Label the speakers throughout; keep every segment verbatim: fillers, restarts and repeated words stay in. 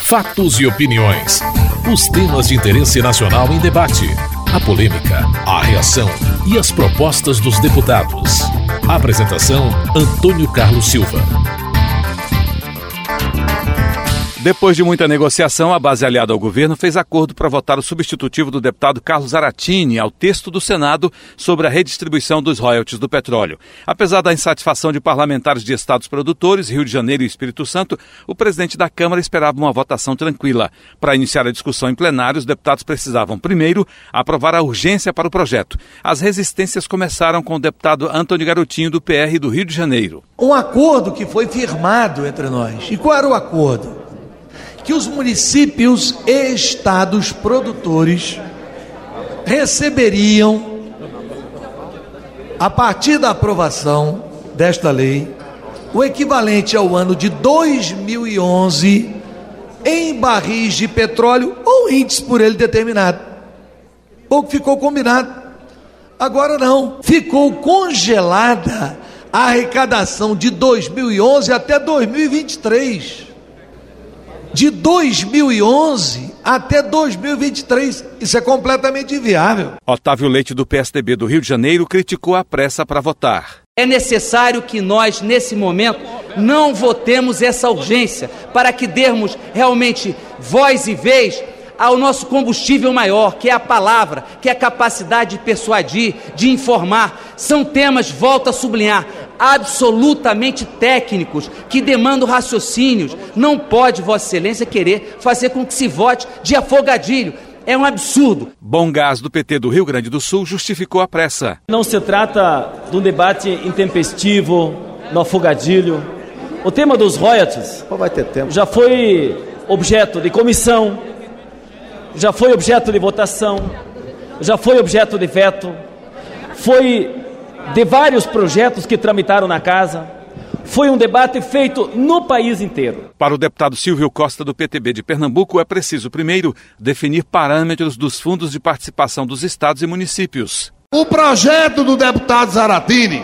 Speaker 1: Fatos e opiniões. Os temas de interesse nacional em debate. A polêmica, a reação e as propostas dos deputados. Apresentação: Antônio Carlos Silva.
Speaker 2: Depois de muita negociação, a base aliada ao governo fez acordo para votar o substitutivo do deputado Carlos Zaratini ao texto do Senado sobre a redistribuição dos royalties do petróleo. Apesar da insatisfação de parlamentares de estados produtores, Rio de Janeiro e Espírito Santo, o presidente da Câmara esperava uma votação tranquila. Para iniciar a discussão em plenário, os deputados precisavam, primeiro, aprovar a urgência para o projeto. As resistências começaram com o deputado Antônio Garotinho, do P R do Rio de Janeiro.
Speaker 3: Um acordo que foi firmado entre nós. E qual era o acordo? Que os municípios e estados produtores receberiam, a partir da aprovação desta lei, o equivalente ao ano de dois mil e onze em barris de petróleo ou índice por ele determinado. Ou que ficou combinado. Agora não, ficou congelada a arrecadação de dois mil e onze até dois mil e vinte e três. De dois mil e onze até dois mil e vinte e três. Isso é completamente inviável.
Speaker 2: Otávio Leite, do P S D B do Rio de Janeiro, criticou a pressa para votar.
Speaker 4: É necessário que nós, nesse momento, não votemos essa urgência para que dermos realmente voz e vez ao nosso combustível maior, que é a palavra, que é a capacidade de persuadir, de informar. São temas, volto a sublinhar, absolutamente técnicos, que demandam raciocínios. Não pode Vossa Excelência querer fazer com que se vote de afogadilho. É um absurdo.
Speaker 2: Bom Gás, do P T do Rio Grande do Sul, justificou a pressa.
Speaker 5: Não se trata de um debate intempestivo, no afogadilho. O tema dos royalties
Speaker 6: vai ter tempo.
Speaker 5: Já foi objeto de comissão, já foi objeto de votação, já foi objeto de veto, foi de vários projetos que tramitaram na casa. Foi um debate feito no país inteiro.
Speaker 2: Para o deputado Silvio Costa, do P T B de Pernambuco, é preciso, primeiro, definir parâmetros dos fundos de participação dos estados e municípios.
Speaker 7: O projeto do deputado Zaratini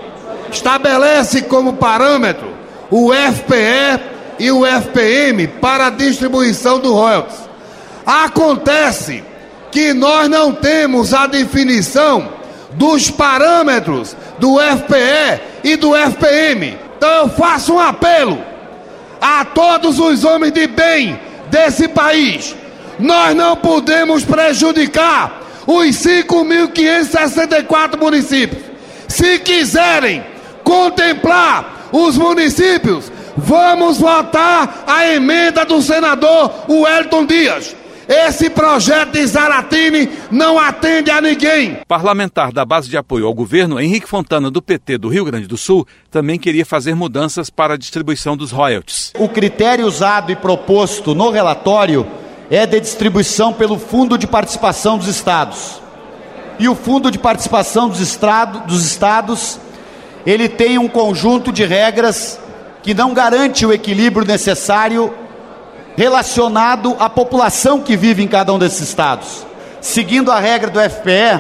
Speaker 7: estabelece como parâmetro o F P E e o F P M para a distribuição do royalties. Acontece que nós não temos a definição dos parâmetros do F P E e do F P M. Então eu faço um apelo a todos os homens de bem desse país. Nós não podemos prejudicar os cinco mil quinhentos e sessenta e quatro municípios. Se quiserem contemplar os municípios, vamos votar a emenda do senador Wellington Dias. Esse projeto de Zaratini não atende a ninguém.
Speaker 2: Parlamentar da base de apoio ao governo, Henrique Fontana, do P T do Rio Grande do Sul, também queria fazer mudanças para a distribuição dos royalties.
Speaker 6: O critério usado e proposto no relatório é de distribuição pelo Fundo de Participação dos Estados. E o Fundo de Participação dos, estrado, dos Estados, ele tem um conjunto de regras que não garante o equilíbrio necessário relacionado à população que vive em cada um desses estados. Seguindo a regra do F P E,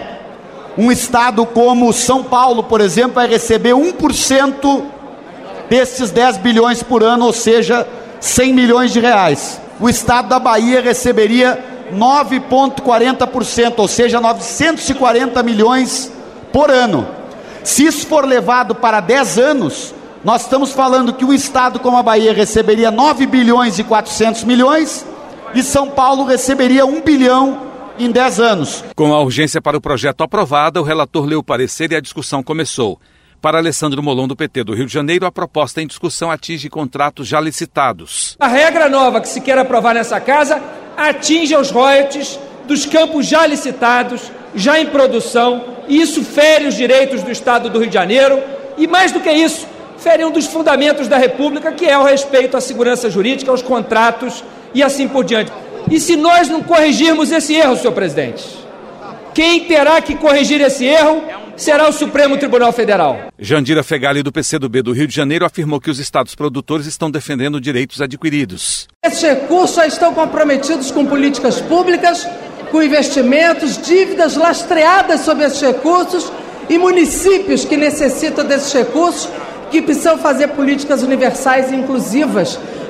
Speaker 6: um estado como São Paulo, por exemplo, vai receber um por cento desses dez bilhões por ano, ou seja, cem milhões de reais. O estado da Bahia receberia nove vírgula quarenta por cento, ou seja, novecentos e quarenta milhões por ano. Se isso for levado para dez anos, nós estamos falando que um estado como a Bahia receberia nove bilhões e quatrocentos milhões e São Paulo receberia um bilhão em dez anos.
Speaker 2: Com a urgência para o projeto aprovada, o relator leu o parecer e a discussão começou. Para Alessandro Molon, do P T do Rio de Janeiro, a proposta em discussão atinge contratos já licitados.
Speaker 8: A regra nova que se quer aprovar nessa casa atinge os royalties dos campos já licitados, já em produção, e isso fere os direitos do Estado do Rio de Janeiro e, mais do que isso, fere um dos fundamentos da República, que é o respeito à segurança jurídica, aos contratos e assim por diante. E se nós não corrigirmos esse erro, senhor presidente, quem terá que corrigir esse erro será o Supremo Tribunal Federal.
Speaker 2: Jandira Fegali, do P C do B do Rio de Janeiro, afirmou que os estados produtores estão defendendo direitos adquiridos.
Speaker 9: Esses recursos já estão comprometidos com políticas públicas, com investimentos, dívidas lastreadas sobre esses recursos e municípios que necessitam desses recursos, que precisam fazer políticas universais e inclusivas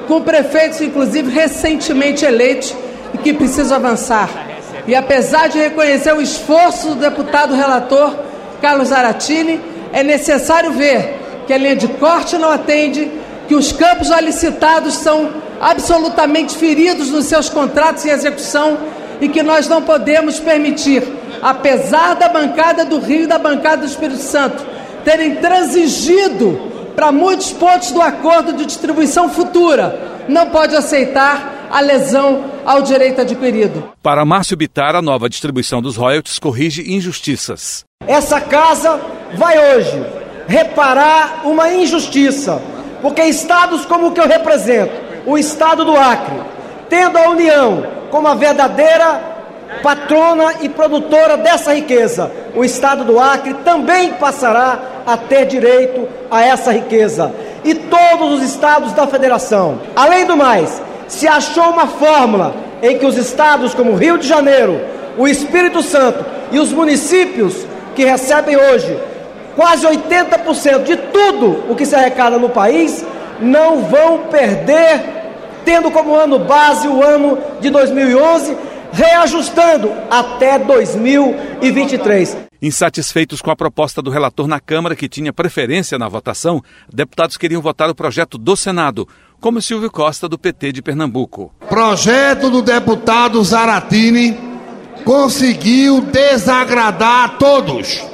Speaker 9: com prefeitos, inclusive, recentemente eleitos e que precisam avançar. E apesar de reconhecer o esforço do deputado relator Carlos Zaratini, é necessário ver que a linha de corte não atende, que os campos já licitados são absolutamente feridos nos seus contratos em execução e que nós não podemos permitir, apesar da bancada do Rio e da bancada do Espírito Santo terem transigido para muitos pontos do acordo de distribuição futura, não pode aceitar a lesão ao direito adquirido.
Speaker 2: Para Márcio Bittar, a nova distribuição dos royalties corrige injustiças.
Speaker 10: Essa casa vai hoje reparar uma injustiça, porque estados como o que eu represento, o estado do Acre, tendo a União como a verdadeira patrona e produtora dessa riqueza, o estado do Acre também passará a ter direito a essa riqueza, e todos os estados da federação. Além do mais, se achou uma fórmula em que os estados como Rio de Janeiro, o Espírito Santo e os municípios que recebem hoje quase oitenta por cento de tudo o que se arrecada no país, não vão perder, tendo como ano base o ano de dois mil e onze, reajustando até dois mil e vinte e três.
Speaker 2: Insatisfeitos com a proposta do relator na Câmara, que tinha preferência na votação, deputados queriam votar o projeto do Senado, como Silvio Costa, do P T de Pernambuco.
Speaker 7: Projeto do deputado Zaratini conseguiu desagradar a todos.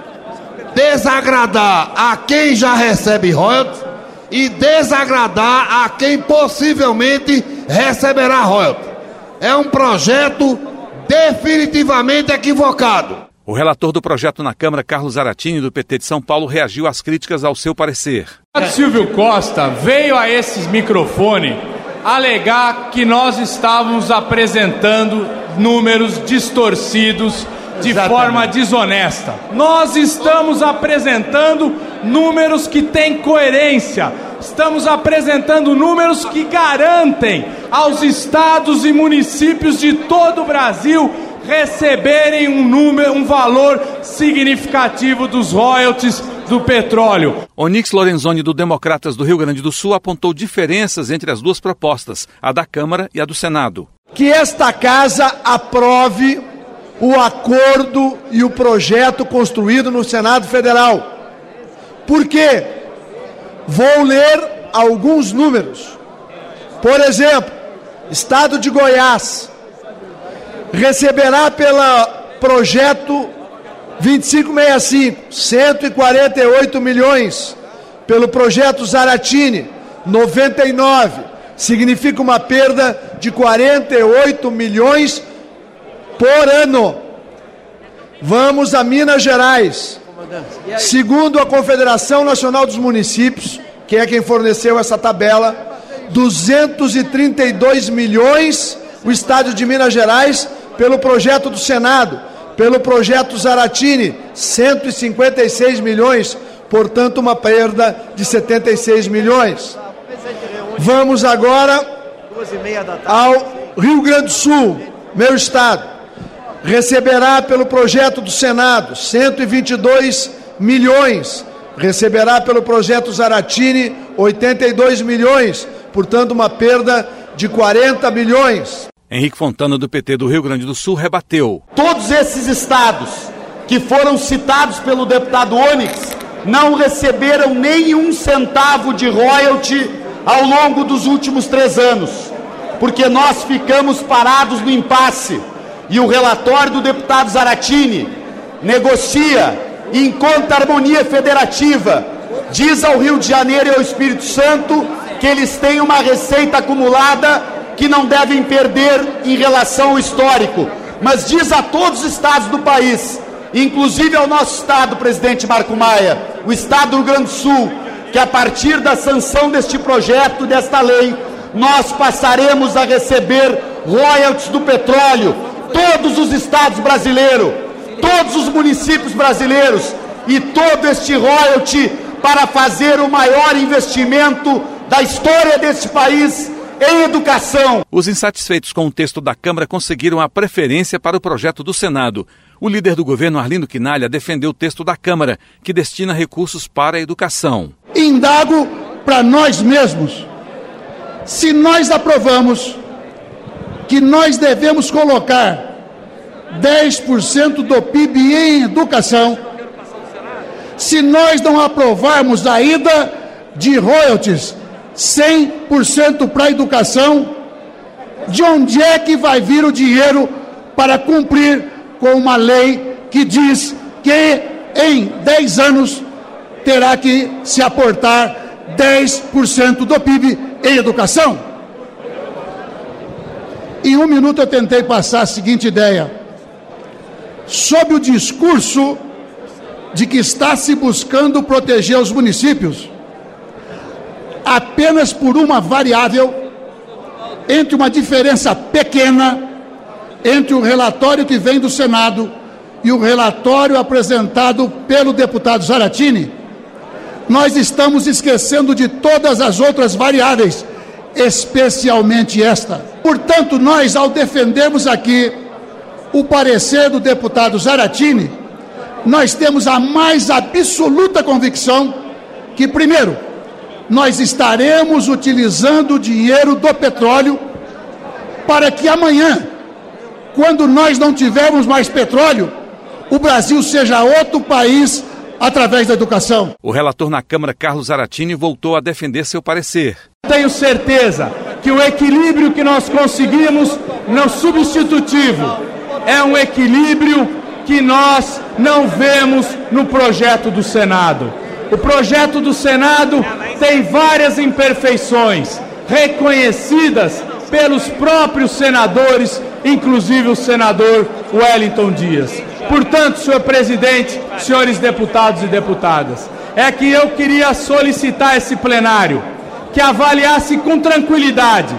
Speaker 7: Desagradar a quem já recebe royalties e desagradar a quem possivelmente receberá royalties. É um projeto definitivamente equivocado.
Speaker 2: O relator do projeto na Câmara, Carlos Zaratini, do P T de São Paulo, reagiu às críticas ao seu parecer.
Speaker 11: O Silvio Costa veio a esses microfones alegar que nós estávamos apresentando números distorcidos de Exatamente. forma desonesta. Nós estamos apresentando números que têm coerência. Estamos apresentando números que garantem aos estados e municípios de todo o Brasil receberem um número, um valor significativo dos royalties do petróleo.
Speaker 2: Onyx Lorenzoni, do Democratas do Rio Grande do Sul, apontou diferenças entre as duas propostas, a da Câmara e a do Senado.
Speaker 12: Que esta casa aprove o acordo e o projeto construído no Senado Federal. Por quê? Vou ler alguns números. Por exemplo, Estado de Goiás receberá pelo projeto vinte e cinco sessenta e cinco, cento e quarenta e oito milhões. Pelo projeto Zaratini, noventa e nove. Significa uma perda de quarenta e oito milhões por ano. Vamos a Minas Gerais. Segundo a Confederação Nacional dos Municípios, que é quem forneceu essa tabela, duzentos e trinta e dois milhões o Estado de Minas Gerais pelo projeto do Senado. Pelo projeto Zaratini, cento e cinquenta e seis milhões, portanto uma perda de setenta e seis milhões. Vamos agora ao Rio Grande do Sul, meu estado. Receberá pelo projeto do Senado cento e vinte e dois milhões. Receberá pelo projeto Zaratini oitenta e dois milhões, portanto uma perda de quarenta milhões.
Speaker 2: Henrique Fontana, do P T do Rio Grande do Sul, rebateu.
Speaker 6: Todos esses estados que foram citados pelo deputado Onyx não receberam nenhum centavo de royalty ao longo dos últimos três anos, porque nós ficamos parados no impasse. E o relatório do deputado Zaratini negocia e encontra harmonia federativa. Diz ao Rio de Janeiro e ao Espírito Santo que eles têm uma receita acumulada que não devem perder em relação ao histórico. Mas diz a todos os estados do país, inclusive ao nosso estado, presidente Marco Maia, o estado do Rio Grande do Sul, que a partir da sanção deste projeto, desta lei, nós passaremos a receber royalties do petróleo. Todos os estados brasileiros, todos os municípios brasileiros e todo este royalty para fazer o maior investimento da história deste país em educação.
Speaker 2: Os insatisfeitos com o texto da Câmara conseguiram a preferência para o projeto do Senado. O líder do governo, Arlindo Quinalha, defendeu o texto da Câmara, que destina recursos para a educação.
Speaker 12: Indago para nós mesmos. Se nós aprovamos que nós devemos colocar dez por cento do P I B em educação, se nós não aprovarmos a ida de royalties cem por cento para a educação, de onde é que vai vir o dinheiro para cumprir com uma lei que diz que em dez anos terá que se aportar dez por cento do P I B em educação? Em um minuto eu tentei passar a seguinte ideia. Sob o discurso de que está se buscando proteger os municípios, apenas por uma variável, entre uma diferença pequena entre o relatório que vem do Senado e o relatório apresentado pelo deputado Zaratini, nós estamos esquecendo de todas as outras variáveis, especialmente esta. Portanto, nós, ao defendermos aqui o parecer do deputado Zaratini, nós temos a mais absoluta convicção que, primeiro, nós estaremos utilizando o dinheiro do petróleo para que amanhã, quando nós não tivermos mais petróleo, o Brasil seja outro país através da educação.
Speaker 2: O relator na Câmara, Carlos Zaratini, voltou a defender seu parecer.
Speaker 11: Tenho certeza que o equilíbrio que nós conseguimos no substitutivo é um equilíbrio que nós não vemos no projeto do Senado. O projeto do Senado tem várias imperfeições reconhecidas pelos próprios senadores, inclusive o senador Wellington Dias. Portanto, senhor presidente, senhores deputados e deputadas, é que eu queria solicitar esse plenário que avaliasse com tranquilidade.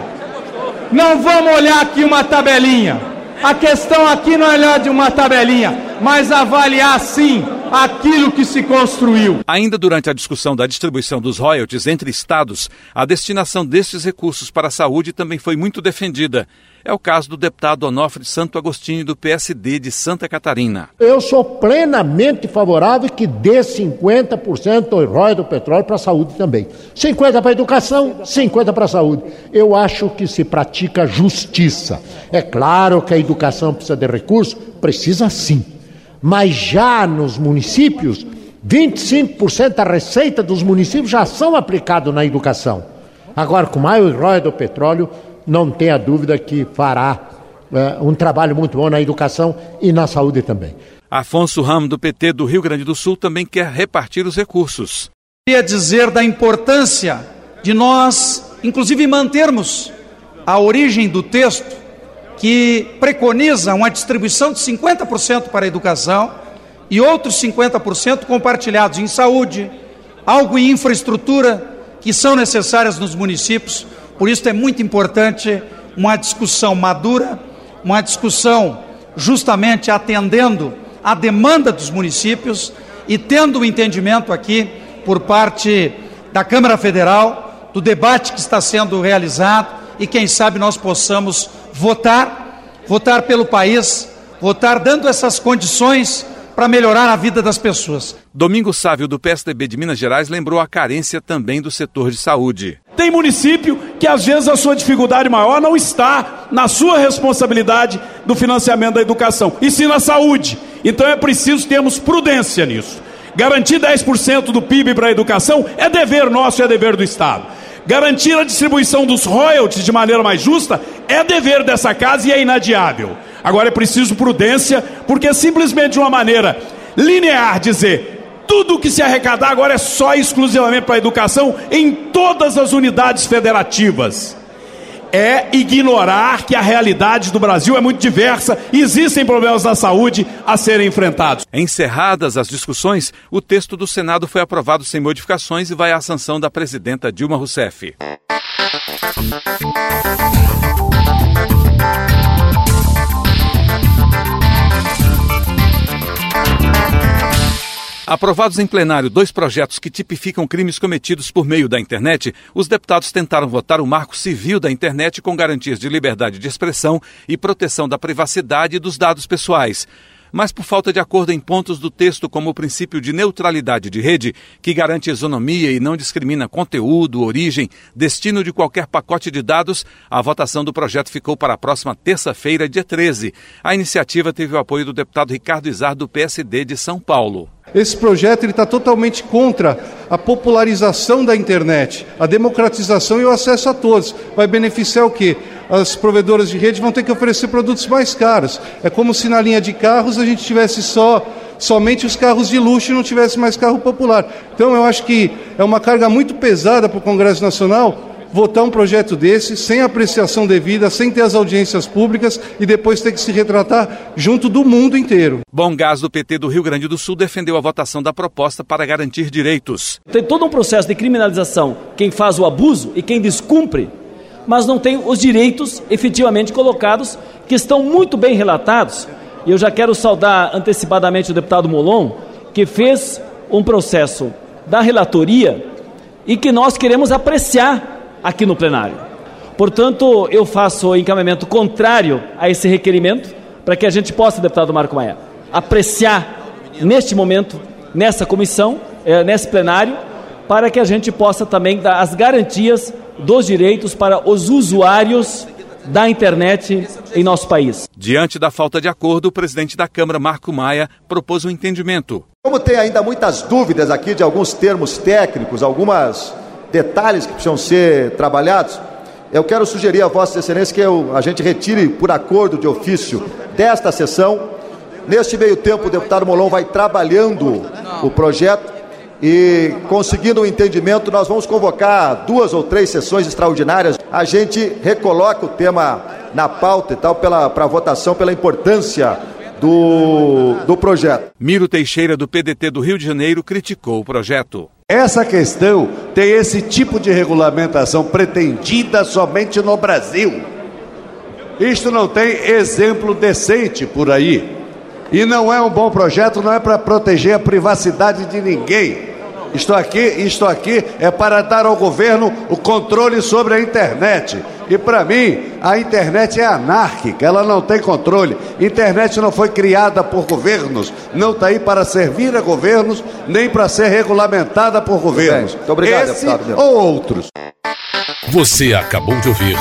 Speaker 11: Não vamos olhar aqui uma tabelinha. A questão aqui não é olhar de uma tabelinha, mas avaliar sim aquilo que se construiu.
Speaker 2: Ainda durante a discussão da distribuição dos royalties entre estados, a destinação destes recursos para a saúde também foi muito defendida. É o caso do deputado Onofre Santo Agostinho, do P S D de Santa Catarina.
Speaker 13: Eu sou plenamente favorável que dê cinquenta por cento do royalties do petróleo para a saúde também. cinquenta por cento para a educação, cinquenta por cento para a saúde. Eu acho que se pratica justiça. É claro que a educação precisa de recursos, precisa sim. Mas já nos municípios, vinte e cinco por cento da receita dos municípios já são aplicados na educação. Agora, com mais o royalties do petróleo, não tenha dúvida que fará é, um trabalho muito bom na educação e na saúde também.
Speaker 2: Afonso Ramos, do P T do Rio Grande do Sul, também quer repartir os recursos.
Speaker 14: Queria dizer da importância de nós, inclusive, mantermos a origem do texto, que preconiza uma distribuição de cinquenta por cento para a educação e outros cinquenta por cento compartilhados em saúde, algo em infraestrutura que são necessárias nos municípios. Por isso é muito importante uma discussão madura, uma discussão justamente atendendo à demanda dos municípios e tendo o entendimento aqui por parte da Câmara Federal, do debate que está sendo realizado e quem sabe nós possamos votar, votar pelo país, votar dando essas condições para melhorar a vida das pessoas.
Speaker 2: Domingos Sávio, do P S D B de Minas Gerais, lembrou a carência também do setor de saúde.
Speaker 15: Tem município que às vezes a sua dificuldade maior não está na sua responsabilidade do financiamento da educação, e sim na saúde. Então é preciso termos prudência nisso. Garantir dez por cento do P I B para a educação é dever nosso e é dever do Estado. Garantir a distribuição dos royalties de maneira mais justa é dever dessa casa e é inadiável. Agora é preciso prudência, porque simplesmente de uma maneira linear dizer tudo que se arrecadar agora é só exclusivamente para a educação em todas as unidades federativas. É ignorar que a realidade do Brasil é muito diversa e existem problemas na saúde a serem enfrentados.
Speaker 2: Encerradas as discussões, o texto do Senado foi aprovado sem modificações e vai à sanção da presidenta Dilma Rousseff. Aprovados em plenário dois projetos que tipificam crimes cometidos por meio da internet, os deputados tentaram votar o Marco Civil da internet com garantias de liberdade de expressão e proteção da privacidade e dos dados pessoais. mas por falta de acordo em pontos do texto, como o princípio de neutralidade de rede, que garante isonomia e não discrimina conteúdo, origem, destino de qualquer pacote de dados, a votação do projeto ficou para a próxima terça-feira, dia treze. A iniciativa teve o apoio do deputado Ricardo Izar, do P S D de São Paulo.
Speaker 16: Esse projeto está totalmente contra a popularização da internet, a democratização e o acesso a todos. Vai beneficiar o quê? As provedoras de rede vão ter que oferecer produtos mais caros. É como se na linha de carros a gente tivesse só somente os carros de luxo e não tivesse mais carro popular. Então eu acho que é uma carga muito pesada para o Congresso Nacional votar um projeto desse, sem apreciação devida, sem ter as audiências públicas e depois ter que se retratar junto do mundo inteiro.
Speaker 2: Bom Gás, do P T do Rio Grande do Sul, defendeu a votação da proposta para garantir direitos.
Speaker 5: Tem todo um processo de criminalização, quem faz o abuso e quem descumpre, mas não tem os direitos efetivamente colocados, que estão muito bem relatados. E eu já quero saudar antecipadamente o deputado Molon, que fez um processo da relatoria e que nós queremos apreciar aqui no plenário. Portanto, eu faço o encaminhamento contrário a esse requerimento, para que a gente possa, deputado Marco Maia, apreciar neste momento, nessa comissão, eh, nesse plenário, para que a gente possa também dar as garantias dos direitos para os usuários da internet em nosso país.
Speaker 2: Diante da falta de acordo, o presidente da Câmara, Marco Maia, propôs um entendimento.
Speaker 17: Como tem ainda muitas dúvidas aqui de alguns termos técnicos, algumas detalhes que precisam ser trabalhados, eu quero sugerir a Vossa Excelência que eu, a gente retire por acordo de ofício desta sessão. Neste meio tempo, o deputado Molon vai trabalhando o projeto e, conseguindo um entendimento, nós vamos convocar duas ou três sessões extraordinárias. A gente recoloca o tema na pauta e tal para votação, pela importância do, do projeto.
Speaker 2: Miro Teixeira, do P D T do Rio de Janeiro, criticou o projeto.
Speaker 18: Essa questão tem esse tipo de regulamentação pretendida somente no Brasil. Isto não tem exemplo decente por aí. E não é um bom projeto, não é para proteger a privacidade de ninguém. Isto aqui, isto aqui é para dar ao governo o controle sobre a internet. E para mim, a internet é anárquica, ela não tem controle. Internet não foi criada por governos, não está aí para servir a governos, nem para ser regulamentada por governos.
Speaker 17: Muito obrigado,
Speaker 18: Esse
Speaker 17: deputado.
Speaker 18: ou outros.
Speaker 1: Você acabou de ouvir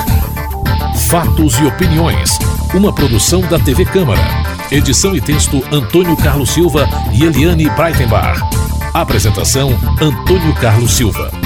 Speaker 1: Fatos e Opiniões, uma produção da T V Câmara. Edição e texto Antônio Carlos Silva e Eliane Breitenbach. Apresentação Antônio Carlos Silva.